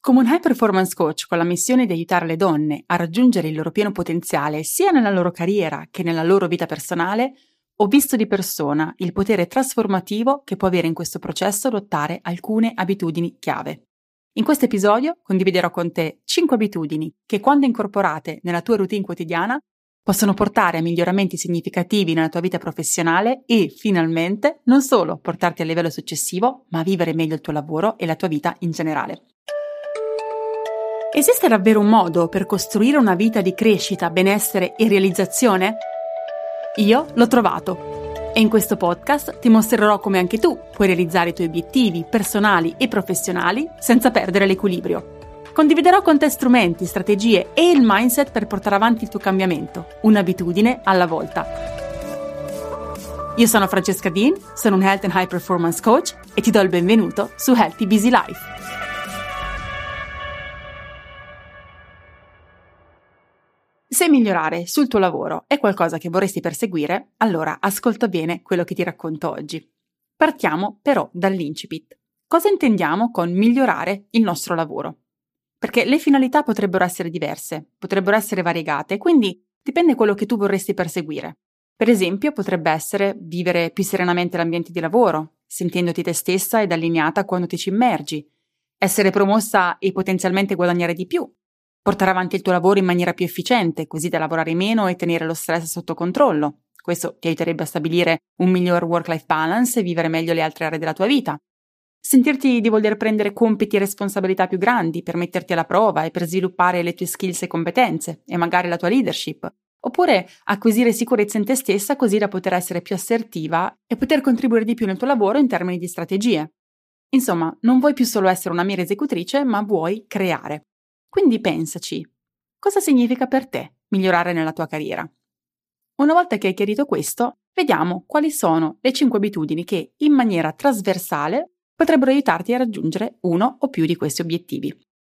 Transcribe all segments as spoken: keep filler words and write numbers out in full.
Come un high performance coach con la missione di aiutare le donne a raggiungere il loro pieno potenziale sia nella loro carriera che nella loro vita personale, ho visto di persona il potere trasformativo che può avere in questo processo adottare alcune abitudini chiave. In questo episodio condividerò con te cinque abitudini che, quando incorporate nella tua routine quotidiana, possono portare a miglioramenti significativi nella tua vita professionale e, finalmente, non solo portarti al livello successivo, ma a vivere meglio il tuo lavoro e la tua vita in generale. Esiste davvero un modo per costruire una vita di crescita, benessere e realizzazione? Io l'ho trovato e in questo podcast ti mostrerò come anche tu puoi realizzare i tuoi obiettivi personali e professionali senza perdere l'equilibrio. Condividerò con te strumenti, strategie e il mindset per portare avanti il tuo cambiamento, un'abitudine alla volta. Io sono Francesca Dean, sono un Health and High Performance Coach e ti do il benvenuto su Healthy Busy Life. Se migliorare sul tuo lavoro è qualcosa che vorresti perseguire, allora ascolta bene quello che ti racconto oggi. Partiamo però dall'incipit. Cosa intendiamo con migliorare il nostro lavoro? Perché le finalità potrebbero essere diverse, potrebbero essere variegate, quindi dipende quello che tu vorresti perseguire. Per esempio, potrebbe essere vivere più serenamente l'ambiente di lavoro, sentendoti te stessa ed allineata quando ti ci immergi, essere promossa e potenzialmente guadagnare di più, portare avanti il tuo lavoro in maniera più efficiente, così da lavorare meno e tenere lo stress sotto controllo. Questo ti aiuterebbe a stabilire un miglior work-life balance e vivere meglio le altre aree della tua vita. Sentirti di voler prendere compiti e responsabilità più grandi per metterti alla prova e per sviluppare le tue skills e competenze e magari la tua leadership. Oppure acquisire sicurezza in te stessa così da poter essere più assertiva e poter contribuire di più nel tuo lavoro in termini di strategie. Insomma, non vuoi più solo essere una mera esecutrice, ma vuoi creare. Quindi pensaci, cosa significa per te migliorare nella tua carriera? Una volta che hai chiarito questo, vediamo quali sono le cinque abitudini che, in maniera trasversale, potrebbero aiutarti a raggiungere uno o più di questi obiettivi.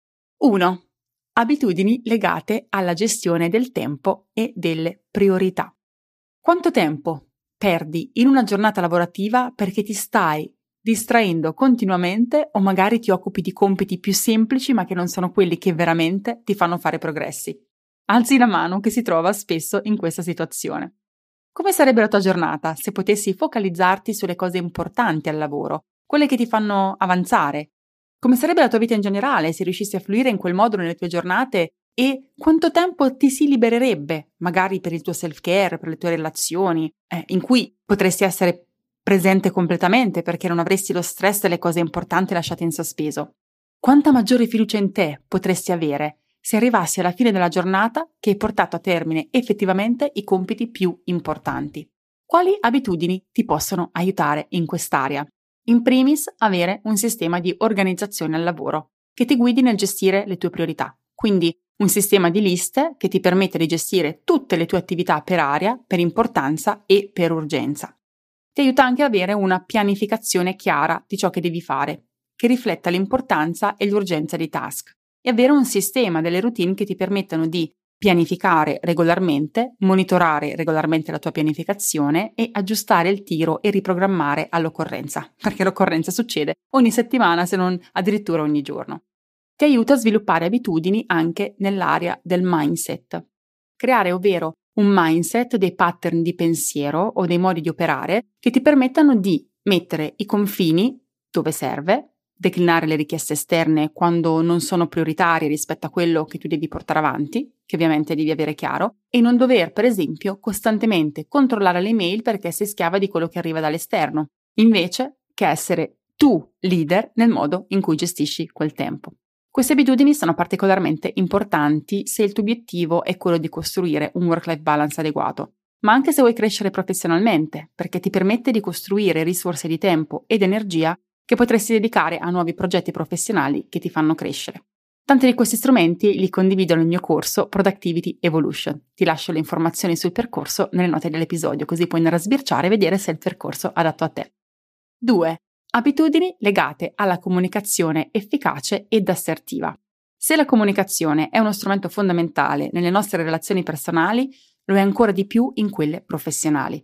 uno. Abitudini legate alla gestione del tempo e delle priorità. Quanto tempo perdi in una giornata lavorativa perché ti stai distraendo continuamente o magari ti occupi di compiti più semplici ma che non sono quelli che veramente ti fanno fare progressi? Alzi la mano che si trova spesso in questa situazione. Come sarebbe la tua giornata se potessi focalizzarti sulle cose importanti al lavoro, quelle che ti fanno avanzare? Come sarebbe la tua vita in generale se riuscissi a fluire in quel modo nelle tue giornate e quanto tempo ti si libererebbe, magari per il tuo self-care, per le tue relazioni, eh, in cui potresti essere presente completamente perché non avresti lo stress delle cose importanti lasciate in sospeso? Quanta maggiore fiducia in te potresti avere se arrivassi alla fine della giornata che hai portato a termine effettivamente i compiti più importanti? Quali abitudini ti possono aiutare in quest'area? In primis, avere un sistema di organizzazione al lavoro che ti guidi nel gestire le tue priorità, quindi un sistema di liste che ti permette di gestire tutte le tue attività per area, per importanza e per urgenza. Ti aiuta anche ad avere una pianificazione chiara di ciò che devi fare, che rifletta l'importanza e l'urgenza dei task, e avere un sistema delle routine che ti permettano di pianificare regolarmente, monitorare regolarmente la tua pianificazione e aggiustare il tiro e riprogrammare all'occorrenza, perché l'occorrenza succede ogni settimana se non addirittura ogni giorno. Ti aiuta a sviluppare abitudini anche nell'area del mindset. Creare, ovvero, un mindset, dei pattern di pensiero o dei modi di operare che ti permettano di mettere i confini dove serve, declinare le richieste esterne quando non sono prioritarie rispetto a quello che tu devi portare avanti, che ovviamente devi avere chiaro, e non dover, per esempio, costantemente controllare le email perché sei schiava di quello che arriva dall'esterno, invece che essere tu leader nel modo in cui gestisci quel tempo. Queste abitudini sono particolarmente importanti se il tuo obiettivo è quello di costruire un work-life balance adeguato, ma anche se vuoi crescere professionalmente, perché ti permette di costruire risorse di tempo ed energia che potresti dedicare a nuovi progetti professionali che ti fanno crescere. Tanti di questi strumenti li condivido nel mio corso Productivity Evolution. Ti lascio le informazioni sul percorso nelle note dell'episodio, così puoi andare a sbirciare e vedere se è il percorso adatto a te. due. Abitudini legate alla comunicazione efficace ed assertiva. Se la comunicazione è uno strumento fondamentale nelle nostre relazioni personali, lo è ancora di più in quelle professionali.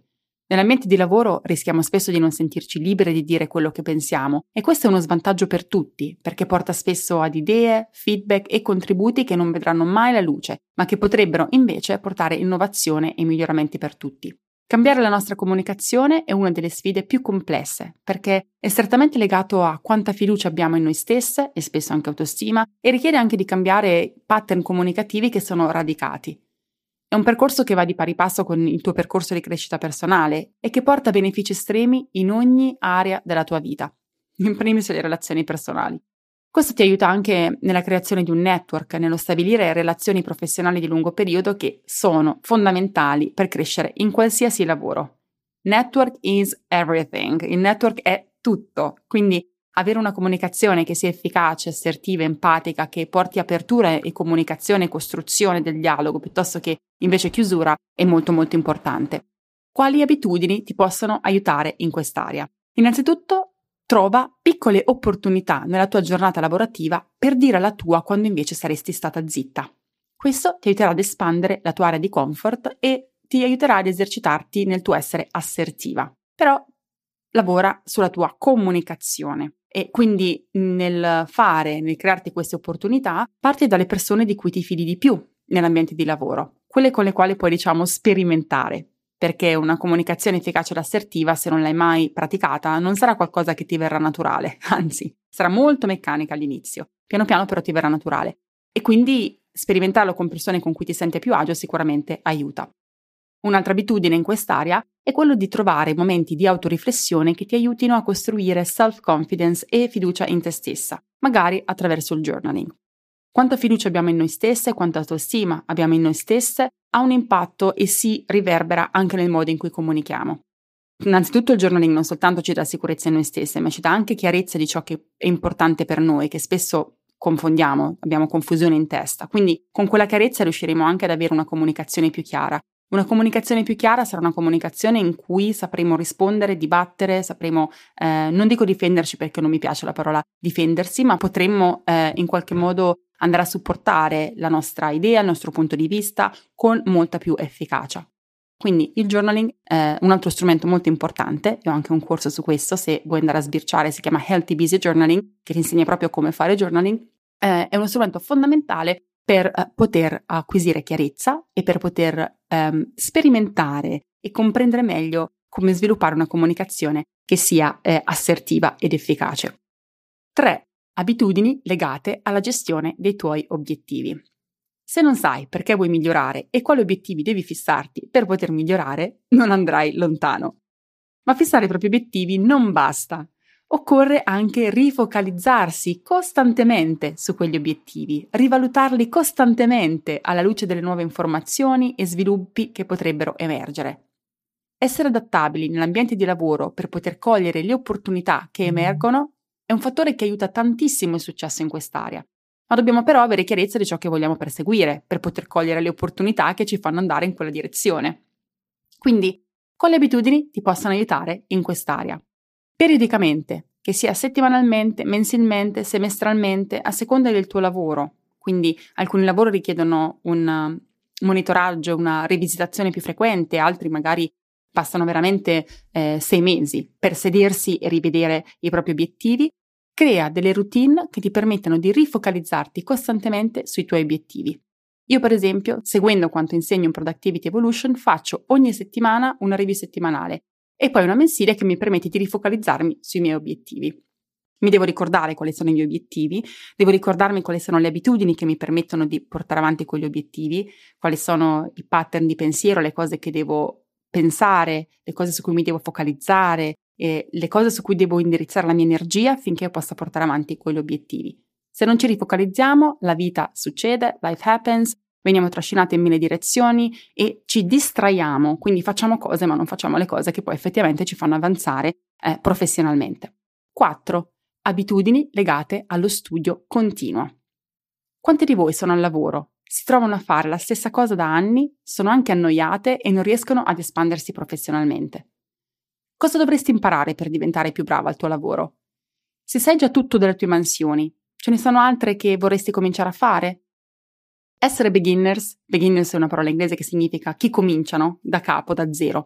Nell'ambiente di lavoro rischiamo spesso di non sentirci liberi di dire quello che pensiamo e questo è uno svantaggio per tutti, perché porta spesso ad idee, feedback e contributi che non vedranno mai la luce, ma che potrebbero invece portare innovazione e miglioramenti per tutti. Cambiare la nostra comunicazione è una delle sfide più complesse, perché è strettamente legato a quanta fiducia abbiamo in noi stesse e spesso anche autostima e richiede anche di cambiare pattern comunicativi che sono radicati. È un percorso che va di pari passo con il tuo percorso di crescita personale e che porta benefici estremi in ogni area della tua vita, in primis le relazioni personali. Questo ti aiuta anche nella creazione di un network, nello stabilire relazioni professionali di lungo periodo che sono fondamentali per crescere in qualsiasi lavoro. Network is everything. Il network è tutto, quindi avere una comunicazione che sia efficace, assertiva, empatica, che porti apertura e comunicazione e costruzione del dialogo piuttosto che invece chiusura è molto molto importante. Quali abitudini ti possono aiutare in quest'area? Innanzitutto, trova piccole opportunità nella tua giornata lavorativa per dire la tua quando invece saresti stata zitta. Questo ti aiuterà ad espandere la tua area di comfort e ti aiuterà ad esercitarti nel tuo essere assertiva. Però lavora sulla tua comunicazione e quindi nel fare, nel crearti queste opportunità, parti dalle persone di cui ti fidi di più nell'ambiente di lavoro, quelle con le quali puoi, diciamo, sperimentare, perché una comunicazione efficace ed assertiva, se non l'hai mai praticata, non sarà qualcosa che ti verrà naturale, anzi, sarà molto meccanica all'inizio, piano piano però ti verrà naturale e quindi sperimentarlo con persone con cui ti senti a più agio sicuramente aiuta. Un'altra abitudine in quest'area è quello di trovare momenti di autoriflessione che ti aiutino a costruire self-confidence e fiducia in te stessa, magari attraverso il journaling. Quanta fiducia abbiamo in noi stesse e quanta autostima abbiamo in noi stesse ha un impatto e si riverbera anche nel modo in cui comunichiamo. Innanzitutto il journaling non soltanto ci dà sicurezza in noi stesse, ma ci dà anche chiarezza di ciò che è importante per noi, che spesso confondiamo, abbiamo confusione in testa. Quindi con quella chiarezza riusciremo anche ad avere una comunicazione più chiara. Una comunicazione più chiara sarà una comunicazione in cui sapremo rispondere, dibattere, sapremo, eh, non dico difenderci perché non mi piace la parola difendersi, ma potremmo eh, in qualche modo andare a supportare la nostra idea, il nostro punto di vista con molta più efficacia. Quindi il journaling è un altro strumento molto importante, e ho anche un corso su questo, se vuoi andare a sbirciare, si chiama Healthy Busy Journaling, che ti insegna proprio come fare journaling. Eh, è uno strumento fondamentale per eh, poter acquisire chiarezza e per poter ehm, sperimentare e comprendere meglio come sviluppare una comunicazione che sia eh, assertiva ed efficace. tre. Abitudini legate alla gestione dei tuoi obiettivi. Se non sai perché vuoi migliorare e quali obiettivi devi fissarti per poter migliorare, non andrai lontano. Ma fissare i propri obiettivi non basta. Occorre anche rifocalizzarsi costantemente su quegli obiettivi, rivalutarli costantemente alla luce delle nuove informazioni e sviluppi che potrebbero emergere. Essere adattabili nell'ambiente di lavoro per poter cogliere le opportunità che emergono è un fattore che aiuta tantissimo il successo in quest'area. Ma dobbiamo però avere chiarezza di ciò che vogliamo perseguire per poter cogliere le opportunità che ci fanno andare in quella direzione. Quindi, quali abitudini ti possono aiutare in quest'area? Periodicamente, che sia settimanalmente, mensilmente, semestralmente, a seconda del tuo lavoro. Quindi alcuni lavori richiedono un monitoraggio, una rivisitazione più frequente, altri magari passano veramente eh, sei mesi per sedersi e rivedere i propri obiettivi. Crea delle routine che ti permettano di rifocalizzarti costantemente sui tuoi obiettivi. Io, per esempio, seguendo quanto insegno in Productivity Evolution, faccio ogni settimana una review settimanale e poi una mensile che mi permette di rifocalizzarmi sui miei obiettivi. Mi devo ricordare quali sono i miei obiettivi, devo ricordarmi quali sono le abitudini che mi permettono di portare avanti quegli obiettivi, quali sono i pattern di pensiero, le cose che devo pensare, le cose su cui mi devo focalizzare, e le cose su cui devo indirizzare la mia energia affinché io possa portare avanti quegli obiettivi. Se non ci rifocalizziamo, la vita succede, life happens, veniamo trascinati in mille direzioni e ci distraiamo, quindi facciamo cose ma non facciamo le cose che poi effettivamente ci fanno avanzare eh, professionalmente. quattro. Abitudini legate allo studio continuo. Quanti di voi sono al lavoro? Si trovano a fare la stessa cosa da anni, sono anche annoiate e non riescono ad espandersi professionalmente. Cosa dovresti imparare per diventare più brava al tuo lavoro? Se sai già tutto delle tue mansioni, ce ne sono altre che vorresti cominciare a fare? Essere beginners, beginners è una parola inglese che significa chi cominciano da capo, da zero.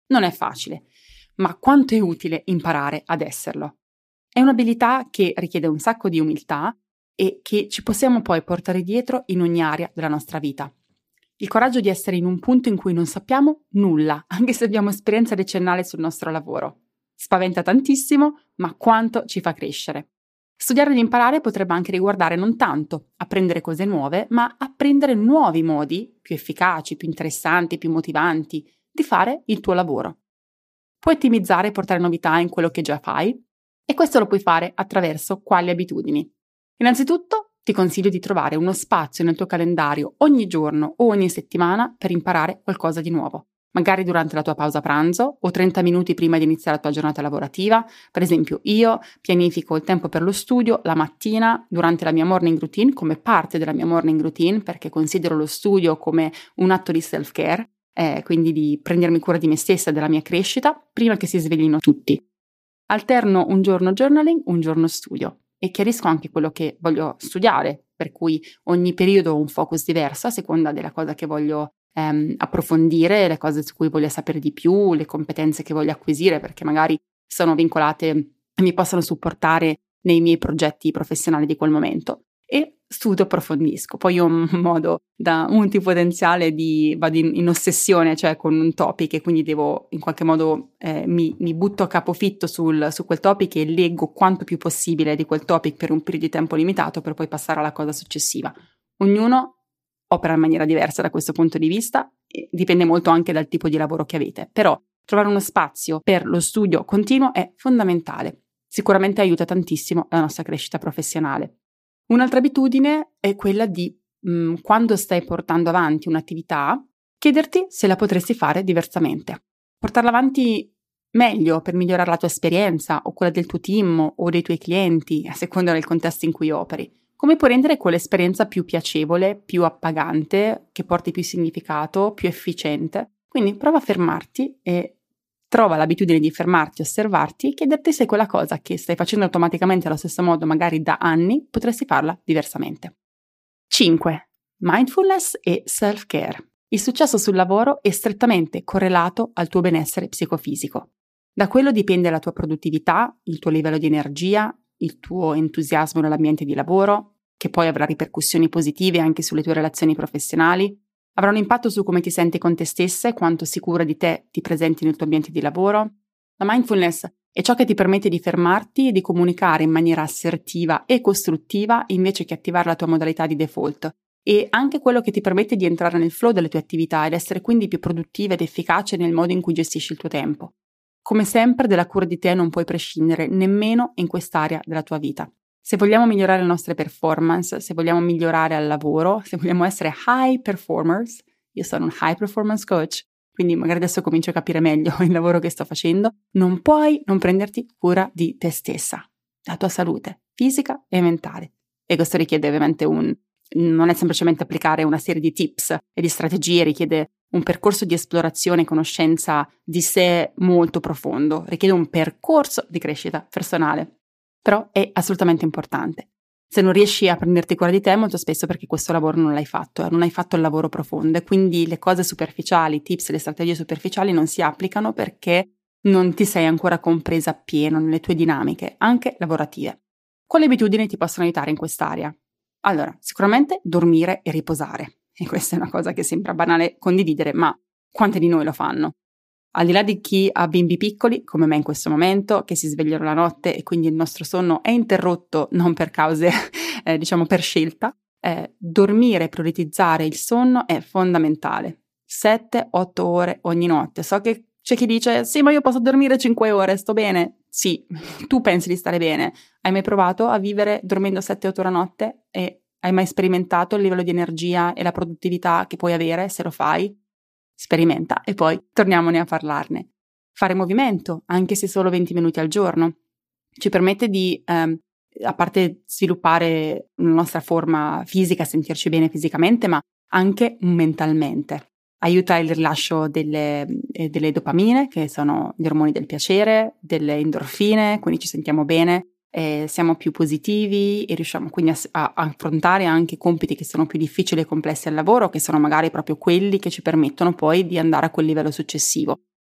Non è facile, ma quanto è utile imparare ad esserlo. È un'abilità che richiede un sacco di umiltà e che ci possiamo poi portare dietro in ogni area della nostra vita. Il coraggio di essere in un punto in cui non sappiamo nulla, anche se abbiamo esperienza decennale sul nostro lavoro. Spaventa tantissimo, ma quanto ci fa crescere. Studiare ed imparare potrebbe anche riguardare non tanto apprendere cose nuove, ma apprendere nuovi modi, più efficaci, più interessanti, più motivanti, di fare il tuo lavoro. Puoi ottimizzare e portare novità in quello che già fai, e questo lo puoi fare attraverso quali abitudini. Innanzitutto ti consiglio di trovare uno spazio nel tuo calendario ogni giorno o ogni settimana per imparare qualcosa di nuovo. Magari durante la tua pausa pranzo o trenta minuti prima di iniziare la tua giornata lavorativa. Per esempio, io pianifico il tempo per lo studio la mattina durante la mia morning routine come parte della mia morning routine, perché considero lo studio come un atto di self-care, eh, quindi di prendermi cura di me stessa e della mia crescita prima che si sveglino tutti. Alterno un giorno journaling, un giorno studio e chiarisco anche quello che voglio studiare, per cui ogni periodo ho un focus diverso a seconda della cosa che voglio ehm, approfondire, le cose su cui voglio sapere di più, le competenze che voglio acquisire, perché magari sono vincolate e mi possono supportare nei miei progetti professionali di quel momento. E studio, approfondisco. Poi ho un modo da multipotenziale di vado in, in ossessione, cioè con un topic, e quindi devo in qualche modo eh, mi, mi butto a capofitto sul, su quel topic e leggo quanto più possibile di quel topic per un periodo di tempo limitato per poi passare alla cosa successiva. Ognuno opera in maniera diversa da questo punto di vista e dipende molto anche dal tipo di lavoro che avete, però trovare uno spazio per lo studio continuo è fondamentale. Sicuramente aiuta tantissimo la nostra crescita professionale. Un'altra abitudine è quella di, mh, quando stai portando avanti un'attività, chiederti se la potresti fare diversamente. Portarla avanti meglio per migliorare la tua esperienza o quella del tuo team o dei tuoi clienti, a seconda del contesto in cui operi. Come puoi rendere quell'esperienza più piacevole, più appagante, che porti più significato, più efficiente? Quindi prova a fermarti e trova l'abitudine di fermarti, osservarti e chiederti se quella cosa che stai facendo automaticamente allo stesso modo, magari da anni, potresti farla diversamente. cinque. Mindfulness e self-care. Il successo sul lavoro è strettamente correlato al tuo benessere psicofisico. Da quello dipende la tua produttività, il tuo livello di energia, il tuo entusiasmo nell'ambiente di lavoro, che poi avrà ripercussioni positive anche sulle tue relazioni professionali. Avrà un impatto su come ti senti con te stessa e quanto sicura di te ti presenti nel tuo ambiente di lavoro. La mindfulness è ciò che ti permette di fermarti e di comunicare in maniera assertiva e costruttiva invece che attivare la tua modalità di default. E anche quello che ti permette di entrare nel flow delle tue attività ed essere quindi più produttiva ed efficace nel modo in cui gestisci il tuo tempo. Come sempre, della cura di te non puoi prescindere nemmeno in quest'area della tua vita. Se vogliamo migliorare le nostre performance, se vogliamo migliorare al lavoro, se vogliamo essere high performers, io sono un high performance coach, quindi magari adesso comincio a capire meglio il lavoro che sto facendo, non puoi non prenderti cura di te stessa, la tua salute fisica e mentale. E questo richiede ovviamente un, non è semplicemente applicare una serie di tips e di strategie, richiede un percorso di esplorazione e conoscenza di sé molto profondo, richiede un percorso di crescita personale. Però è assolutamente importante. Se non riesci a prenderti cura di te, molto spesso perché questo lavoro non l'hai fatto, non hai fatto il lavoro profondo e quindi le cose superficiali, i tips e le strategie superficiali non si applicano perché non ti sei ancora compresa appieno nelle tue dinamiche, anche lavorative. Quali abitudini ti possono aiutare in quest'area? Allora, sicuramente dormire e riposare. E questa è una cosa che sembra banale condividere, ma quante di noi lo fanno? Al di là di chi ha bimbi piccoli, come me in questo momento, che si svegliano la notte e quindi il nostro sonno è interrotto non per cause, eh, diciamo per scelta, eh, dormire e prioritizzare il sonno è fondamentale. sette otto ore ogni notte. So che c'è chi dice, sì, ma io posso dormire cinque ore, sto bene. Sì, tu pensi di stare bene. Hai mai provato a vivere dormendo sette otto ore a notte? E hai mai sperimentato il livello di energia e la produttività che puoi avere se lo fai? Sperimenta e poi torniamone a parlarne. Fare movimento, anche se solo venti minuti al giorno, ci permette di, ehm, a parte sviluppare la nostra forma fisica, sentirci bene fisicamente, ma anche mentalmente. Aiuta il rilascio delle, eh, delle dopamine, che sono gli ormoni del piacere, delle endorfine, quindi ci sentiamo bene, eh, siamo più positivi e riusciamo quindi a, a affrontare anche compiti che sono più difficili e complessi al lavoro, che sono magari proprio quelli che ci permettono poi di andare a quel livello successivo.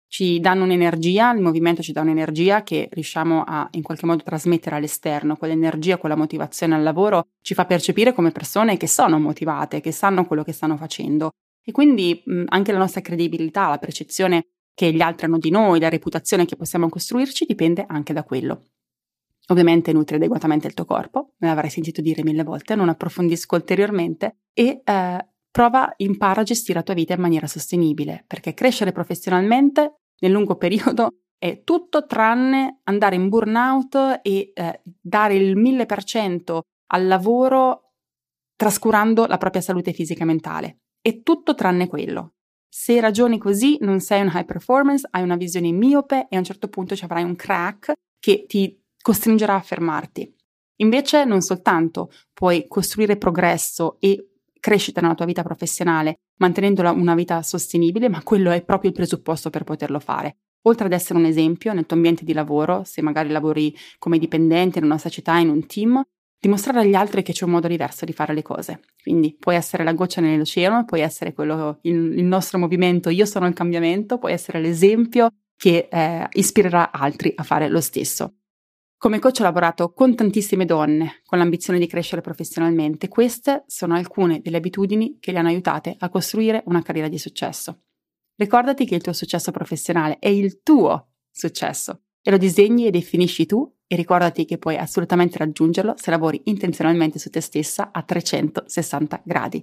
ci danno un'energia, il movimento ci dà un'energia che riusciamo a in qualche modo trasmettere all'esterno. Quell'energia, quella motivazione al lavoro ci fa percepire come persone che sono motivate, che sanno quello che stanno facendo. E quindi mh, anche la nostra credibilità, la percezione che gli altri hanno di noi, la reputazione che possiamo costruirci dipende anche da quello. Ovviamente nutri adeguatamente il tuo corpo, me l'avrai sentito dire mille volte, non approfondisco ulteriormente, e eh, prova, impara a gestire la tua vita in maniera sostenibile, perché crescere professionalmente nel lungo periodo è tutto tranne andare in burnout e eh, dare il mille per cento al lavoro trascurando la propria salute fisica e mentale. È tutto tranne quello. Se ragioni così non sei un high performance, hai una visione miope e a un certo punto ci avrai un crack che ti costringerà a fermarti. Invece non soltanto puoi costruire progresso e crescita nella tua vita professionale mantenendo una vita sostenibile, ma quello è proprio il presupposto per poterlo fare. Oltre ad essere un esempio nel tuo ambiente di lavoro, se magari lavori come dipendente in una società, in un team, dimostrare agli altri che c'è un modo diverso di fare le cose. Quindi puoi essere la goccia nell'oceano, puoi essere quello, il, il nostro movimento Io sono il cambiamento, puoi essere l'esempio che eh, ispirerà altri a fare lo stesso. Come coach ho lavorato con tantissime donne con l'ambizione di crescere professionalmente. Queste sono alcune delle abitudini che le hanno aiutate a costruire una carriera di successo. Ricordati che il tuo successo professionale è il tuo successo e lo disegni e definisci tu, e ricordati che puoi assolutamente raggiungerlo se lavori intenzionalmente su te stessa a trecentosessanta gradi.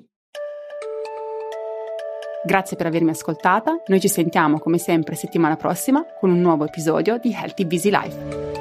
Grazie per avermi ascoltata, noi ci sentiamo come sempre settimana prossima con un nuovo episodio di Healthy Busy Life.